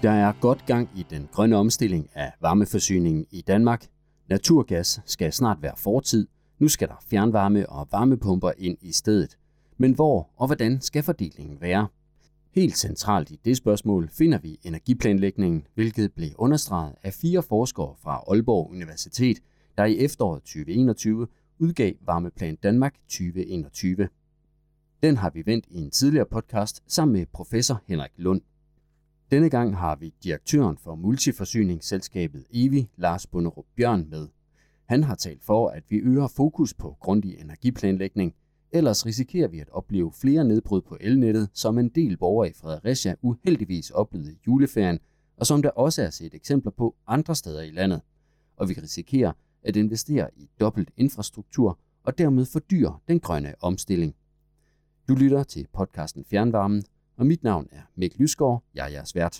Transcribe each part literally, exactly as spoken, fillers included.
Der er godt gang i den grønne omstilling af varmeforsyningen i Danmark. Naturgas skal snart være fortid. Nu skal der fjernvarme og varmepumper ind i stedet. Men hvor og hvordan skal fordelingen være? Helt centralt i det spørgsmål finder vi energiplanlægningen, hvilket blev understreget af fire forskere fra Aalborg Universitet, der i efteråret tyve enogtyve udgav Varmeplan Danmark tyve enogtyve. Den har vi vendt i en tidligere podcast sammen med professor Henrik Lund. Denne gang har vi direktøren for multiforsyningsselskabet EVI, Lars Bunderup Bjørn, med. Han har talt for, at vi øger fokus på grundig energiplanlægning, ellers risikerer vi at opleve flere nedbrud på elnettet, som en del borgere i Fredericia uheldigvis oplevede i juleferien, og som der også er set eksempler på andre steder i landet. Og vi risikerer at investere i dobbelt infrastruktur og dermed fordyre den grønne omstilling. Du lytter til podcasten Fjernvarmen, og mit navn er Mikkel Lysgaard. Jeg er jeres vært.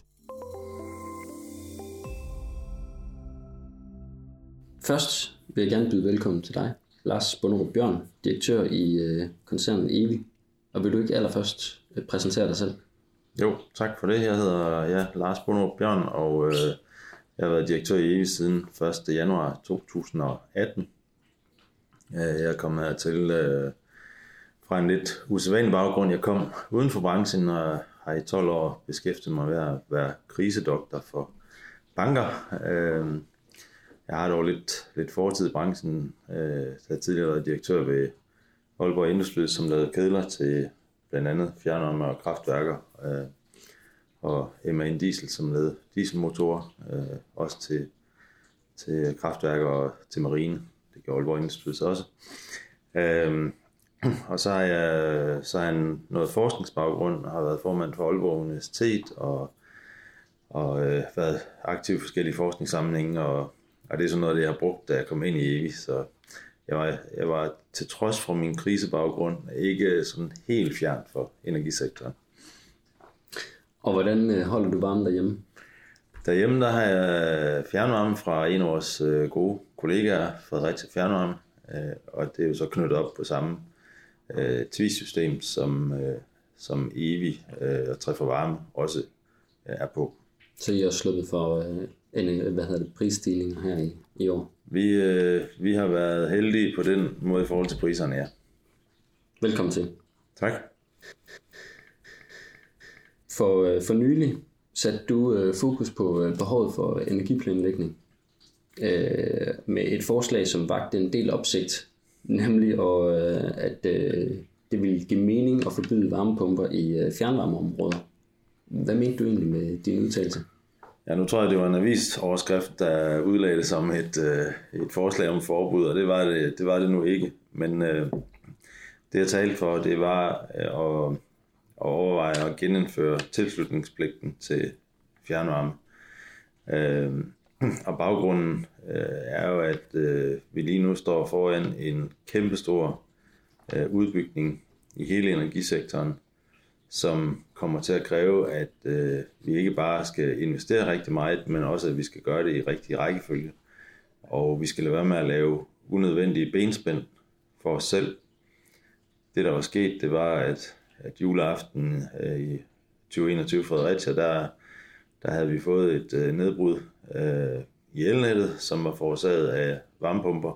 Først vil jeg gerne byde velkommen til dig, Lars Bunderup Bjørn, direktør i øh, koncernen EVI. Og vil du ikke allerførst øh, præsentere dig selv? Jo, tak for det. Jeg hedder ja, Lars Bunderup Bjørn, og øh, jeg har været direktør i EVI siden første januar to tusind og atten. Jeg er kommet hertil øh, fra en lidt usædvanlig baggrund. Jeg kom uden for branchen og har i tolv år beskæftiget mig med at være krisedoktor for banker. Øh, Jeg har dog lidt, lidt fortid i branchen. Jeg har tidligere været direktør ved Aalborg Industries, som lavede kedler til blandt andet fjernvarme og kraftværker, og M A N Diesel, som lavede dieselmotorer, også til, til kraftværker og til marine. Det gjorde Aalborg Industries også. Og så har jeg, så har jeg noget forskningsbaggrund og har været formand for Aalborg Universitet og, og været aktiv i forskellige forskningssammenhænge, og Og det er sådan noget, det jeg har brugt, da jeg kom ind i EVI. Så jeg var, jeg var til trods for min krisebaggrund ikke sådan helt fjernt for energisektoren. Og hvordan holder du varmen derhjemme? Derhjemme der har jeg fjernvarme fra en af vores gode kollegaer, Fredericia Fjernvarme. Og det er jo så knyttet op på samme T V I-system, som, som EVI og Tre for Varme også er på. Så I har sluppet for en, hvad hedder det, prisstigninger her i, i år? Vi, øh, vi har været heldige på den måde i forhold til priserne, ja. Velkommen til. Tak. For, for nylig satte du øh, fokus på øh, behovet for energiplanlægning øh, med et forslag, som vagte en del opsigt, nemlig og, øh, at øh, det ville give mening at forbyde varmepumper i øh, fjernvarmeområder. Hvad mente du egentlig med din udtalelse? Ja, nu tror jeg, det var en avisoverskrift, der udlagde det som et, øh, et forslag om forbud, og det var det, det, var det nu ikke. Men øh, det jeg talte for, det var øh, at, at overveje at genindføre tilslutningspligten til fjernvarme. Øh, og baggrunden øh, er jo, at øh, vi lige nu står foran en kæmpestor øh, udbygning i hele energisektoren, som kommer til at kræve, at øh, vi ikke bare skal investere rigtig meget, men også at vi skal gøre det i rigtig rækkefølge. Og vi skal lade være med at lave unødvendige benspænd for os selv. Det der var sket, det var, at, at juleaften øh, i tyve enogtyve Fredericia, der, der havde vi fået et øh, nedbrud øh, i elnettet, som var forårsaget af varmepumper.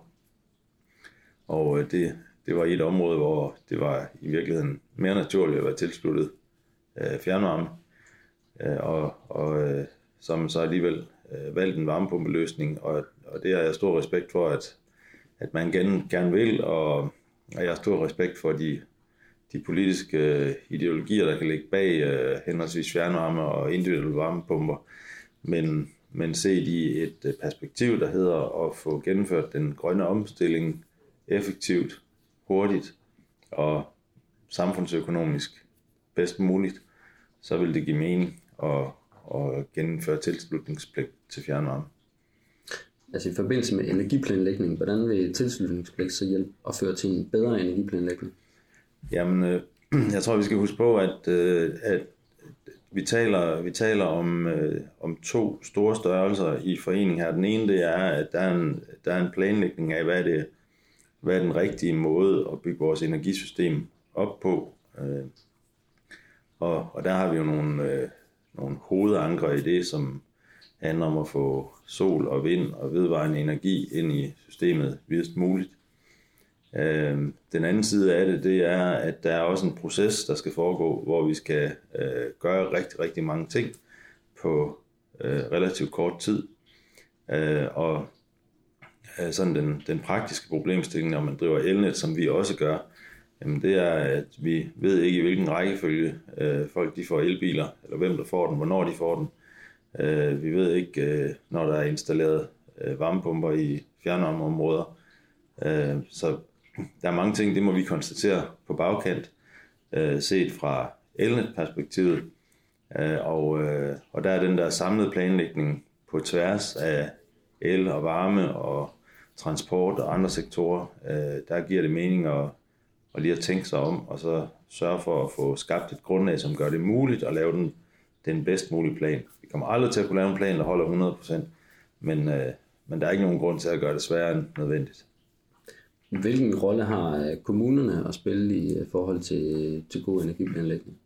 Og øh, det Det var i et område, hvor det var i virkeligheden mere naturligt at være tilsluttet øh, fjernvarme, øh, og, og øh, som så alligevel øh, valgt en varmepumpeløsning, og, og det har jeg stor respekt for, at, at man gerne, gerne vil, og, og jeg har stor respekt for de, de politiske øh, ideologier, der kan ligge bag øh, henholdsvis fjernvarme og individuelle varmepumper, men, men set i et øh, perspektiv, der hedder at få gennemført den grønne omstilling effektivt, hurtigt og samfundsøkonomisk bedst muligt, så vil det give mening at, at gennemføre tilslutningspligt til fjernvarme. Altså i forbindelse med energiplanlægning, hvordan vil tilslutningspligt så hjælpe at føre til en bedre energiplanlægning? Jamen, øh, jeg tror vi skal huske på, at, øh, at vi taler, vi taler om, øh, om to store størrelser i foreningen her. Den ene det er, at der er en, der er en planlægning af, hvad det hvad er den rigtige måde at bygge vores energisystem op på. Og, og der har vi jo nogle, øh, nogle hovedanker i det, som handler om at få sol og vind og vedvarende energi ind i systemet videst muligt. Øh, den anden side af det, det er, at der er også en proces, der skal foregå, hvor vi skal øh, gøre rigtig, rigtig mange ting på øh, relativt kort tid. Øh, og øh, sådan den, den praktiske problemstilling, når man driver elnet, som vi også gør, jamen det er, at vi ved ikke, i hvilken rækkefølge øh, folk de får elbiler, eller hvem der får den, hvornår de får den. Øh, vi ved ikke, øh, når der er installeret øh, varmepumper i fjernvarmeområder. Øh, så der er mange ting, det må vi konstatere på bagkant, øh, set fra elnet-perspektivet. Øh, og, øh, og der er den der samlede planlægning på tværs af el og varme og transport og andre sektorer. Øh, der giver det mening at, at lige at tænke sig om, og så sørge for at få skabt et grundlag, som gør det muligt at lave den, den bedst mulige plan. Vi kommer aldrig til at kunne lave en plan, der holder hundrede procent, men, øh, men der er ikke nogen grund til at gøre det sværere end nødvendigt. Hvilken rolle har kommunerne at spille i forhold til, til god energiplanlægning?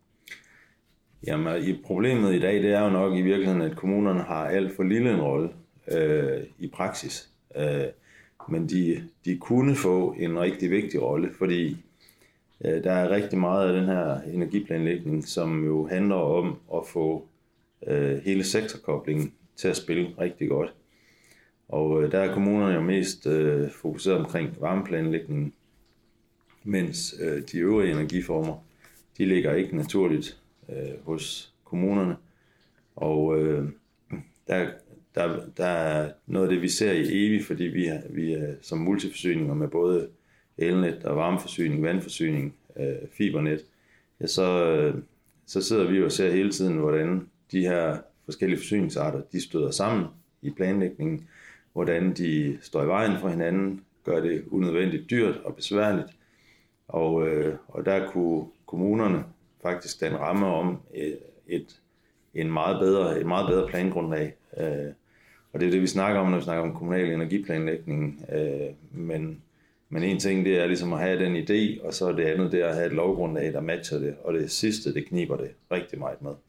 Jamen, i problemet i dag, det er jo nok i virkeligheden, at kommunerne har alt for lille en rolle øh, i praksis. Øh, men de, de kunne få en rigtig vigtig rolle, fordi øh, der er rigtig meget af den her energiplanlægning, som jo handler om at få øh, hele sektorkoblingen til at spille rigtig godt. Og øh, der er kommunerne jo mest øh, fokuseret omkring varmeplanlægningen, mens øh, de øvrige energiformer, de ligger ikke naturligt øh, hos kommunerne. Og øh, der, der, der er noget af det, vi ser i evigt, fordi vi, er, vi er som multiforsyninger med både elnet og varmeforsyning, vandforsyning, øh, fibernet, ja, så, øh, så sidder vi og ser hele tiden, hvordan de her forskellige forsyningsarter, de støder sammen i planlægningen, hvordan de står i vejen for hinanden, gør det unødvendigt dyrt og besværligt. Og, øh, og der kunne kommunerne faktisk danne ramme om et, et, en meget bedre, et meget bedre plangrundlag. Øh, og det er det, vi snakker om, når vi snakker om kommunal energiplanlægning. Øh, men, men en ting, det er ligesom at have den idé, og så det andet, det er at have et lovgrundlag, der matcher det. Og det sidste, det kniber det rigtig meget med.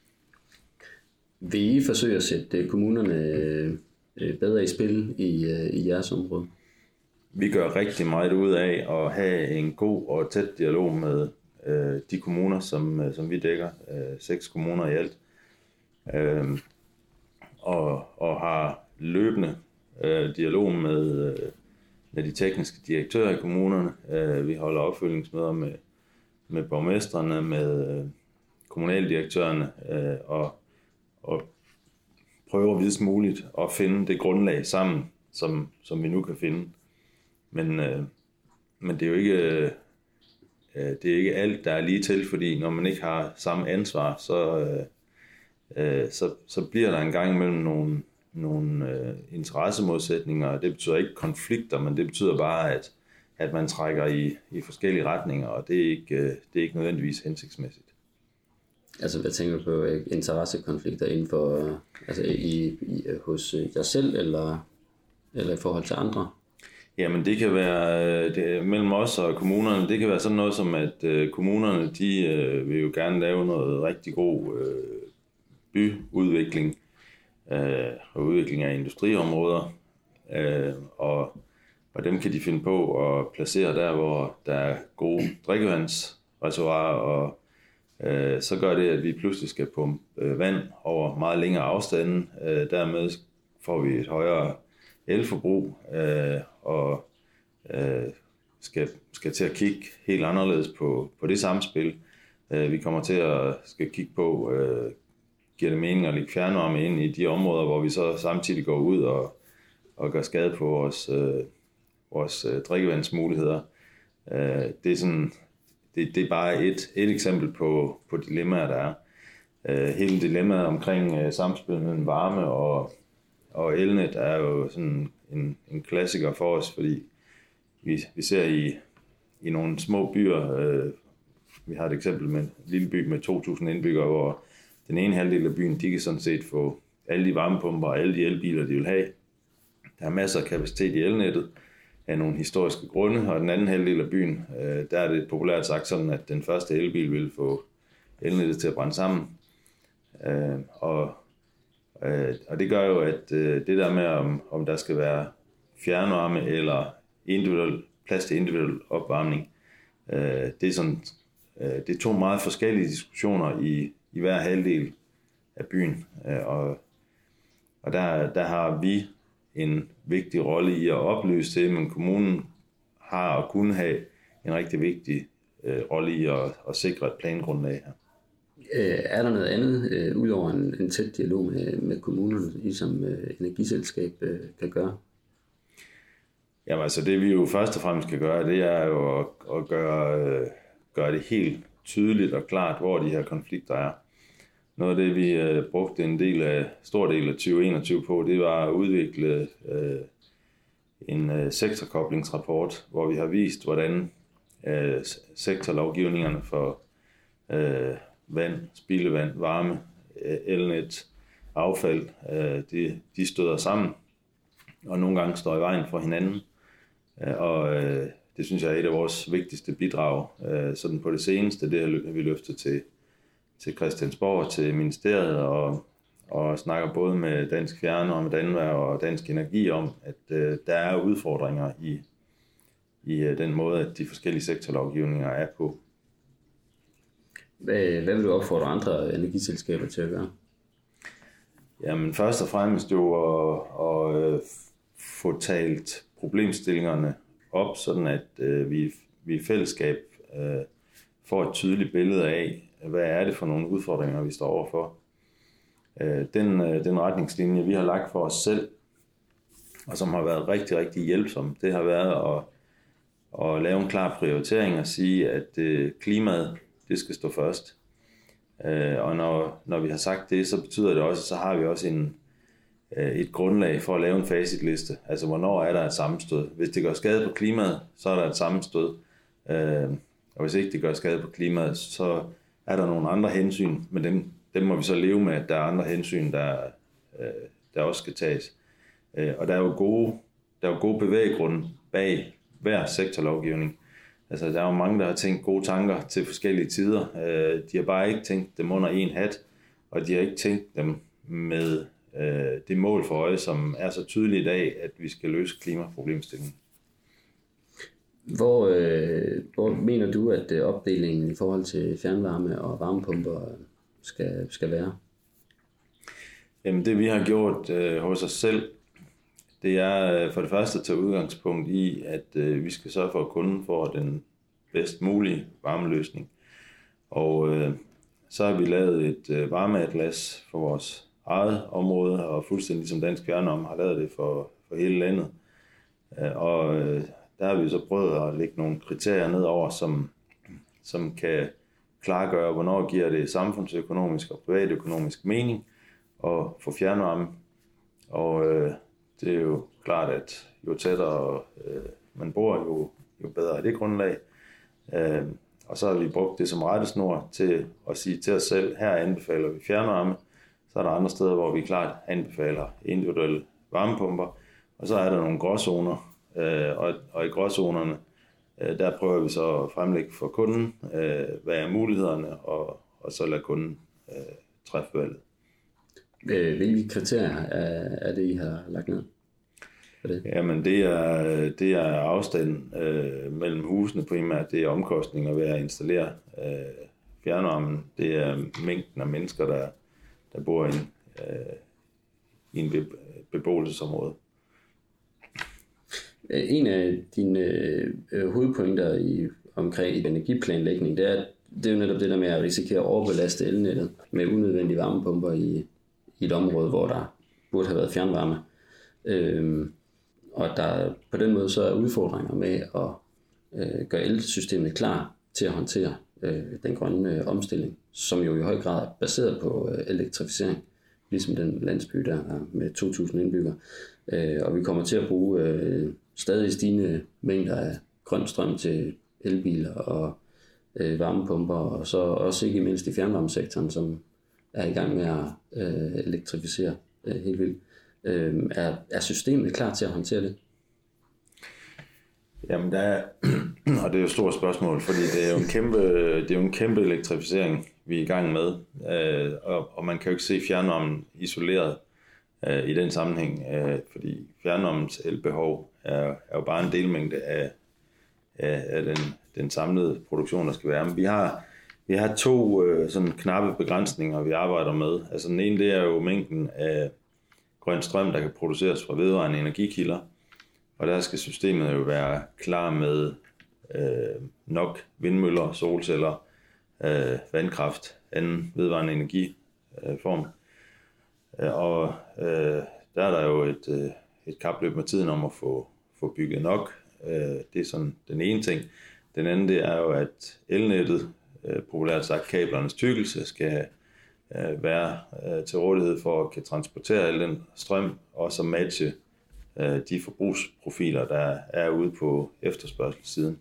Vil I forsøge at sætte kommunerne bedre i spil i, i jeres område? Vi gør rigtig meget ud af at have en god og tæt dialog med øh, de kommuner, som, som vi dækker, øh, seks kommuner i alt, øh, og, og har løbende øh, dialog med, øh, med de tekniske direktører i kommunerne. Øh, vi holder opfølgningsmøder med, med borgmestrene, med øh, kommunaldirektørerne, øh, og, og prøver videst muligt at finde det grundlag sammen, som, som vi nu kan finde. Men, øh, men det er jo ikke, øh, det er ikke alt, der er lige til, fordi når man ikke har samme ansvar, så, øh, så, så bliver der en gang imellem nogle, nogle øh, interessemodsætninger. Det betyder ikke konflikter, men det betyder bare, at, at man trækker i, i forskellige retninger, og det er ikke, øh, det er ikke nødvendigvis hensigtsmæssigt. Altså, hvad tænker du på? Interessekonflikter inden for, altså i, i, hos jer selv, eller, eller i forhold til andre? Jamen, det kan være det, mellem os og kommunerne. Det kan være sådan noget som, at øh, kommunerne, de øh, vil jo gerne lave noget rigtig god øh, byudvikling øh, og udvikling af industriområder. Øh, og, og dem kan de finde på at placere der, hvor der er gode drikkevandsreservoirer, og øh, så gør det, at vi pludselig skal pumpe øh, vand over meget længere afstande. Øh, dermed får vi et højere elforbrug, øh, og øh, skal, skal til at kigge helt anderledes på, på det samspil. Øh, vi kommer til at skal kigge på, øh, giver det mening at lægge fjernvarme ind i de områder, hvor vi så samtidig går ud og, og gør skade på vores, øh, vores øh, drikkevandsmuligheder. Øh, det, er sådan, det, det er bare et, et eksempel på, på dilemmaer, der er. Øh, hele dilemmaet omkring øh, samspil mellem varme og Og elnet er jo sådan en, en klassiker for os, fordi vi, vi ser i, i nogle små byer, øh, vi har et eksempel med en lille by med to tusind indbyggere, hvor den ene halvdel af byen, de kan sådan set få alle de varmepumper og alle de elbiler, de vil have. Der er masser af kapacitet i elnettet af nogle historiske grunde, og den anden halvdel af byen, øh, der er det populært sagt sådan, at den første elbil vil få elnettet til at brænde sammen. Øh, og, øh, og det gør jo, at øh, det der med, om, om der skal være fjernvarme eller individuel, plads til individuel opvarmning, øh, det er sådan, øh, det er to meget forskellige diskussioner i, i hver halvdel af byen. Øh, og og der, der har vi en vigtig rolle i at oplyse det, men kommunen har og kunne have en rigtig vigtig øh, rolle i at, at sikre et plangrundlag her. Øh, er der noget andet, øh, udover en, en tæt dialog med, med kommunerne, I som øh, energiselskab øh, kan gøre? Jamen altså det vi jo først og fremmest kan gøre, det er jo at, at gøre, øh, gøre det helt tydeligt og klart, hvor de her konflikter er. Noget af det, vi øh, brugte en del af, stor del af tyve enogtyve på, det var at udvikle øh, en øh, sektorkoblingsrapport, hvor vi har vist, hvordan øh, sektorlovgivningerne for øh, vand, spildevand, varme, øh, elnet, affald, øh, de, de støder sammen, og nogle gange står i vejen for hinanden. Øh, og øh, det synes jeg er et af vores vigtigste bidrag. Øh, sådan på det seneste, det har vi løftet til til Christiansborg, til ministeriet, og, og snakker både med Dansk Fjernvarme, Danværk og Dansk Energi om, at øh, der er udfordringer i, i øh, den måde, at de forskellige sektorlovgivninger er på. Hvad, hvad vil du opfordre andre energiselskaber til at gøre? Jamen først og fremmest jo at, at, at få talt problemstillingerne op, sådan at øh, vi, vi i fællesskab øh, får et tydeligt billede af, hvad er det for nogle udfordringer, vi står overfor. Den, den retningslinje, vi har lagt for os selv, og som har været rigtig, rigtig hjælpsom, det har været at, at lave en klar prioritering og sige, at klimaet, det skal stå først. Og når, når vi har sagt det, så betyder det også, at så har vi også en, et grundlag for at lave en facitliste. Altså, hvornår er der et sammenstød? Hvis det gør skade på klimaet, så er der et sammenstød. Og hvis ikke det gør skade på klimaet, så er der nogle andre hensyn, men dem, dem må vi så leve med, at der er andre hensyn, der, øh, der også skal tages. Øh, og der er jo gode, der er jo gode bevæggrunde bag hver sektorlovgivning. Altså, der er jo mange, der har tænkt gode tanker til forskellige tider. Øh, de har bare ikke tænkt dem under en hat, og de har ikke tænkt dem med øh, det mål for øje, som er så tydeligt i dag, at vi skal løse klimaproblemstillingen. Hvor, øh, hvor mener du, at opdelingen i forhold til fjernvarme og varmepumper skal, skal være? Jamen det vi har gjort øh, hos os selv, det er øh, for det første at tage udgangspunkt i, at øh, vi skal sørge for, at kunden får den bedst mulige varmeløsning. Og øh, så har vi lavet et øh, varmeatlas for vores eget område, og fuldstændig som Dansk Fjernvarme har lavet det for, for hele landet. Øh, og øh, der har vi så prøvet at lægge nogle kriterier ned over, som, som kan klargøre, hvornår giver det samfundsøkonomisk og privatøkonomisk mening at få fjernvarme. Og øh, det er jo klart, at jo tættere øh, man bor, jo, jo bedre er det grundlag. Øh, og så har vi brugt det som rettesnor til at sige til os selv, her anbefaler vi fjernvarme. Så er der andre steder, hvor vi klart anbefaler individuelle varmepumper. Og så er der nogle gråzoner. Øh, og, og i gråzonerne, øh, der prøver vi så at fremlægge for kunden, øh, hvad er mulighederne, og, og så lade kunden øh, træffe valget. Hvilke kriterier er, er det, I har lagt ned for det? Jamen det er, det er afstanden øh, mellem husene primært, det er omkostninger ved at installere øh, fjernvarmen, det er mængden af mennesker, der, der bor i en, øh, i en beboelsesområde. En af dine øh, hovedpointer i, omkring energiplanlægning, det er, det er jo netop det der med at risikere at overbelaste elnettet med unødvendige varmepumper i, i et område, hvor der burde have været fjernvarme. Øhm, og der på den måde så er udfordringer med at øh, gøre elsystemet klar til at håndtere øh, den grønne øh, omstilling, som jo i høj grad er baseret på øh, elektrificering, ligesom den landsby der er med to tusind indbyggere. Øh, og vi kommer til at bruge øh, stadig stigende mængder af grøn strøm til elbiler og øh, varmepumper, og så også ikke mindst i fjernvarmesektoren, som er i gang med at øh, elektrificere øh, helt vildt. Øh, er, er systemet klar til at håndtere det? Jamen der er, og det er jo et stort spørgsmål, fordi det er jo en kæmpe, det er jo en kæmpe elektrificering, vi er i gang med. Øh, og, og man kan jo ikke se fjernvarmen isoleret øh, i den sammenhæng, øh, fordi fjernvarmens elbehov er, er jo bare en delmængde af, af, af den, den samlede produktion, der skal være. Men vi har, vi har to øh, sådan knappe begrænsninger, vi arbejder med. Altså den ene, det er jo mængden af grøn strøm, der kan produceres fra vedvarende energikilder. Og der skal systemet jo være klar med øh, nok vindmøller, solceller, øh, vandkraft, anden vedvarende energiform. Øh, og øh, der er der jo et, øh, et kapløb med tiden om at få, få bygget nok. Øh, det er sådan den ene ting. Den anden, det er jo, at elnettet, øh, populært sagt kablernes tykkelse, skal øh, være øh, til rådighed for at kan transportere al den strøm, og så matche øh, de forbrugsprofiler, der er ude på efterspørgselssiden.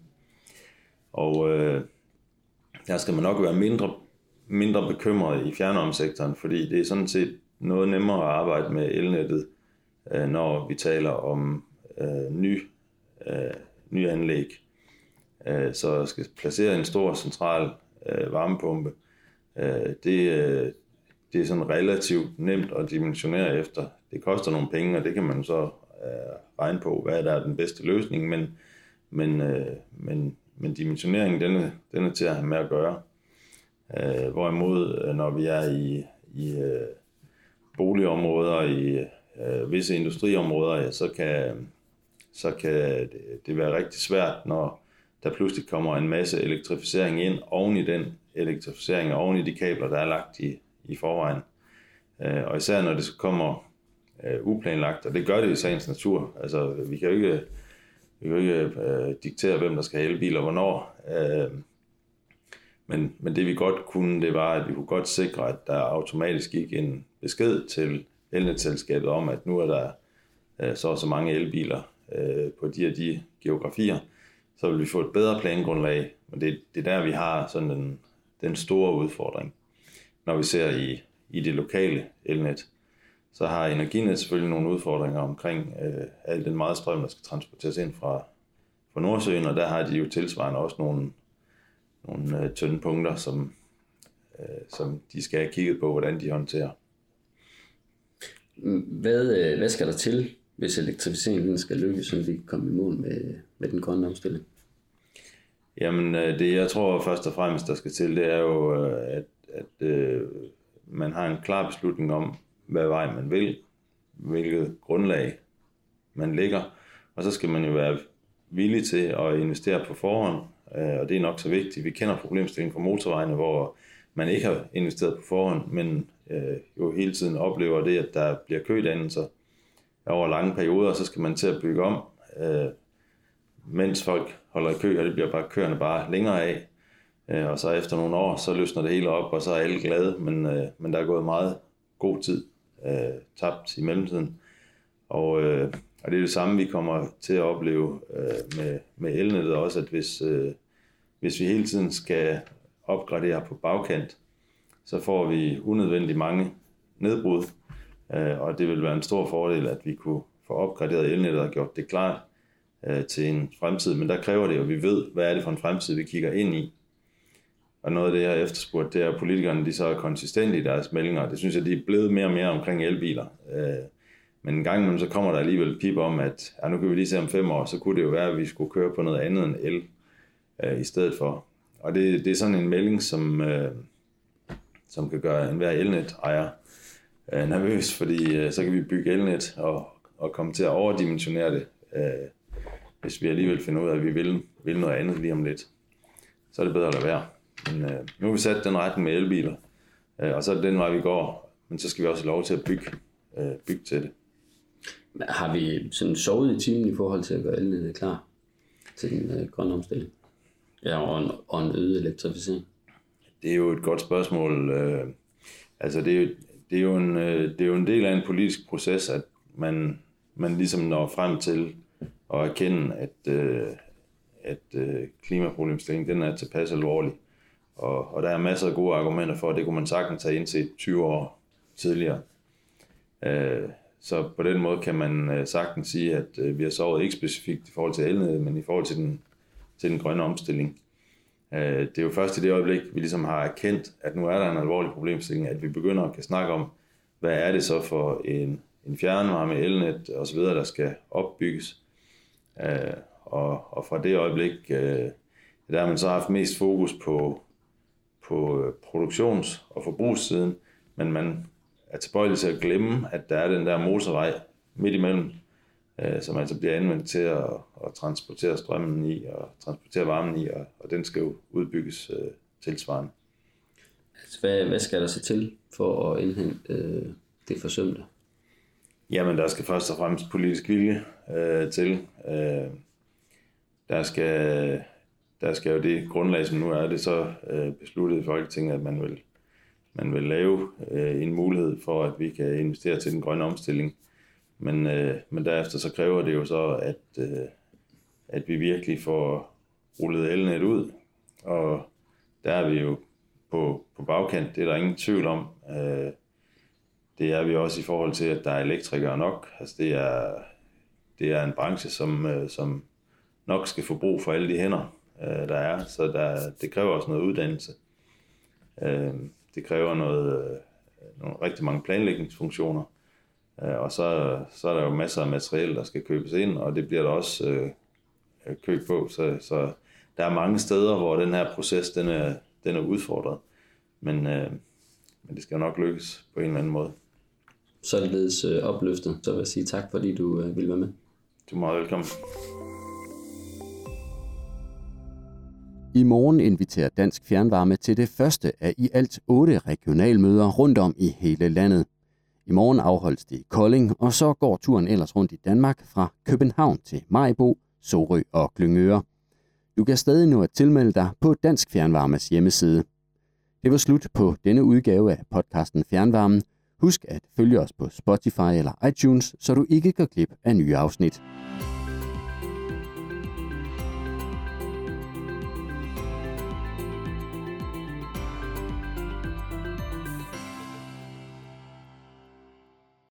Og øh, der skal man nok være mindre, mindre bekymret i fjernvarmesektoren, fordi det er sådan set noget nemmere at arbejde med elnettet, øh, når vi taler om øh, ny, øh, ny anlæg. Øh, så skal placere en stor central øh, varmepumpe. Øh, det, øh, det er sådan relativt nemt at dimensionere efter. Det koster nogle penge, og det kan man så øh, regne på, hvad der er den bedste løsning, men, men, øh, men, men dimensioneringen, den er, den er til at have med at gøre. Øh, hvorimod, når vi er i, i øh, boligområder, i øh, visse industriområder, ja, så kan, så kan det, det være rigtig svært, når der pludselig kommer en masse elektrificering ind oven i den elektrificering, oven i de kabler, der er lagt i, i forvejen. Øh, og især når det så kommer øh, uplanlagt, og det gør det i sagens natur. Altså, vi kan jo ikke, vi kan jo ikke øh, diktere, hvem der skal have elbiler, hvornår. Øh, men, men det vi godt kunne, det var, at vi kunne godt sikre, at der automatisk gik en besked til elnetselskabet om, at nu er der øh, så og så mange elbiler øh, på de og de geografier, så vil vi få et bedre plangrundlag. Men det, det er der, vi har sådan den, den store udfordring. Når vi ser i, i det lokale elnet, så har Energinet selvfølgelig nogle udfordringer omkring øh, al den meget strøm, der skal transporteres ind fra, fra Nordsøen, og der har de jo tilsvarende også nogle, nogle øh, tynde punkter, som, øh, som de skal have kigget på, hvordan de håndterer. Hvad, øh, hvad skal der til, hvis elektrificeringen skal lykkes, så vi kan komme i mål med, med den grønne omstilling? Jamen, det jeg tror først og fremmest, der skal til, det er jo, at, at øh, man har en klar beslutning om, hvad vej man vil, hvilket grundlag man ligger, og så skal man jo være villig til at investere på forhånd, øh, og det er nok så vigtigt. Vi kender problemstillingen fra motorvejene, hvor man ikke har investeret på forhånd, men øh, jo hele tiden oplever det, at der bliver kødannelser over lange perioder, og så skal man til at bygge om, øh, mens folk holder i kø, og det bliver bare kørende bare længere af. Øh, og så efter nogle år, så løsner det hele op, og så er alle glade, men, øh, men der er gået meget god tid øh, tabt i mellemtiden. Og, øh, og det er det samme, vi kommer til at opleve øh, med, med elnettet også, at hvis, øh, hvis vi hele tiden skal opgradere på bagkant, så får vi unødvendigt mange nedbrud, øh, og det vil være en stor fordel, at vi kunne få opgraderet elnettet og gjort det klart øh, til en fremtid. Men der kræver det jo, at vi ved, hvad er det for en fremtid, vi kigger ind i. Og noget af det, jeg har efterspurgt, det er, at politikerne de så er konsistente i deres meldinger. Det synes jeg, de er blevet mere og mere omkring elbiler. Øh, men en gang imellem, så kommer der alligevel et pip om, at ja, nu kan vi lige se om fem år, så kunne det jo være, at vi skulle køre på noget andet end el øh, i stedet for. Og det, det er sådan en melding, som, øh, som kan gøre enhver elnet-ejer øh, nervøs, fordi øh, så kan vi bygge elnet og, og komme til at overdimensionere det, øh, hvis vi alligevel finder ud af, at vi vil, vil noget andet lige om lidt. Så er det bedre at lade være. Men øh, nu har vi sat den retning med elbiler, øh, og så er det den vej, vi går, men så skal vi også have lov til at bygge, øh, bygge til det. Har vi sådan sovet i timen i forhold til at gøre elnettet klar til den øh, grønne omstilling? Ja, og en, og en øget elektrificering? Det er jo et godt spørgsmål. Øh, altså det er, jo, det, er jo en, øh, det er jo en del af en politisk proces, at man, man ligesom når frem til at erkende, at, øh, at øh, klimaproblemstillingen den er tilpas alvorlig. Og, og der er masser af gode argumenter for, at det kunne man sagtens have indset tyve år tidligere. Øh, så på den måde kan man øh, sagtens sige, at øh, vi har sovet ikke specifikt i forhold til elnettet, men i forhold til den, til den grønne omstilling. Det er jo først i det øjeblik, vi ligesom har erkendt, at nu er der en alvorlig problemstilling, at vi begynder at kan snakke om, hvad er det så for en, en fjernvarme, elnet osv., der skal opbygges. Og, og fra det øjeblik, der har man så haft mest fokus på, på produktions- og forbrugssiden, men man er tilbøjelig til at glemme, at der er den der motorvej midt imellem, som altså bliver anvendt til at, at transportere strømmen i og transportere varmen i, og, og den skal jo udbygges øh, tilsvarende. Altså, hvad, hvad skal der så til for at indhente øh, det forsømte? Jamen, der skal først og fremmest politisk vilje øh, til. Øh, der, skal, der skal jo det grundlag, som nu er det så øh, besluttet i Folketinget, at man vil, man vil lave øh, en mulighed for, at vi kan investere til den grønne omstilling. Men, øh, men derefter så kræver det jo så, at, øh, at vi virkelig får rullet elnet ud. Og der er vi jo på, på bagkant, det er der ingen tvivl om. Øh, det er vi også i forhold til, at der er elektrikere nok. Altså det er, det er en branche, som, øh, som nok skal få brug for alle de hænder, øh, der er. Så der, det kræver også noget uddannelse. Øh, det kræver noget, øh, nogle rigtig mange planlægningsfunktioner. Og så, så er der jo masser af materiale, der skal købes ind, og det bliver der også øh, køb på. Så, så der er mange steder, hvor den her proces den er, den er udfordret. Men, øh, men det skal nok lykkes på en eller anden måde. Således øh, opløftet, så vil jeg sige tak, fordi du øh, ville være med. Du er meget velkommen. I morgen inviterer Dansk Fjernvarme til det første af i alt otte regionalmøder rundt om i hele landet. I morgen afholdes det i Kolding, og så går turen ellers rundt i Danmark fra København til Maribo, Sorø og Glyngøre. Du kan stadig nå at tilmelde dig på Dansk Fjernvarmes hjemmeside. Det var slut på denne udgave af podcasten Fjernvarmen. Husk at følge os på Spotify eller iTunes, så du ikke går glip af nye afsnit.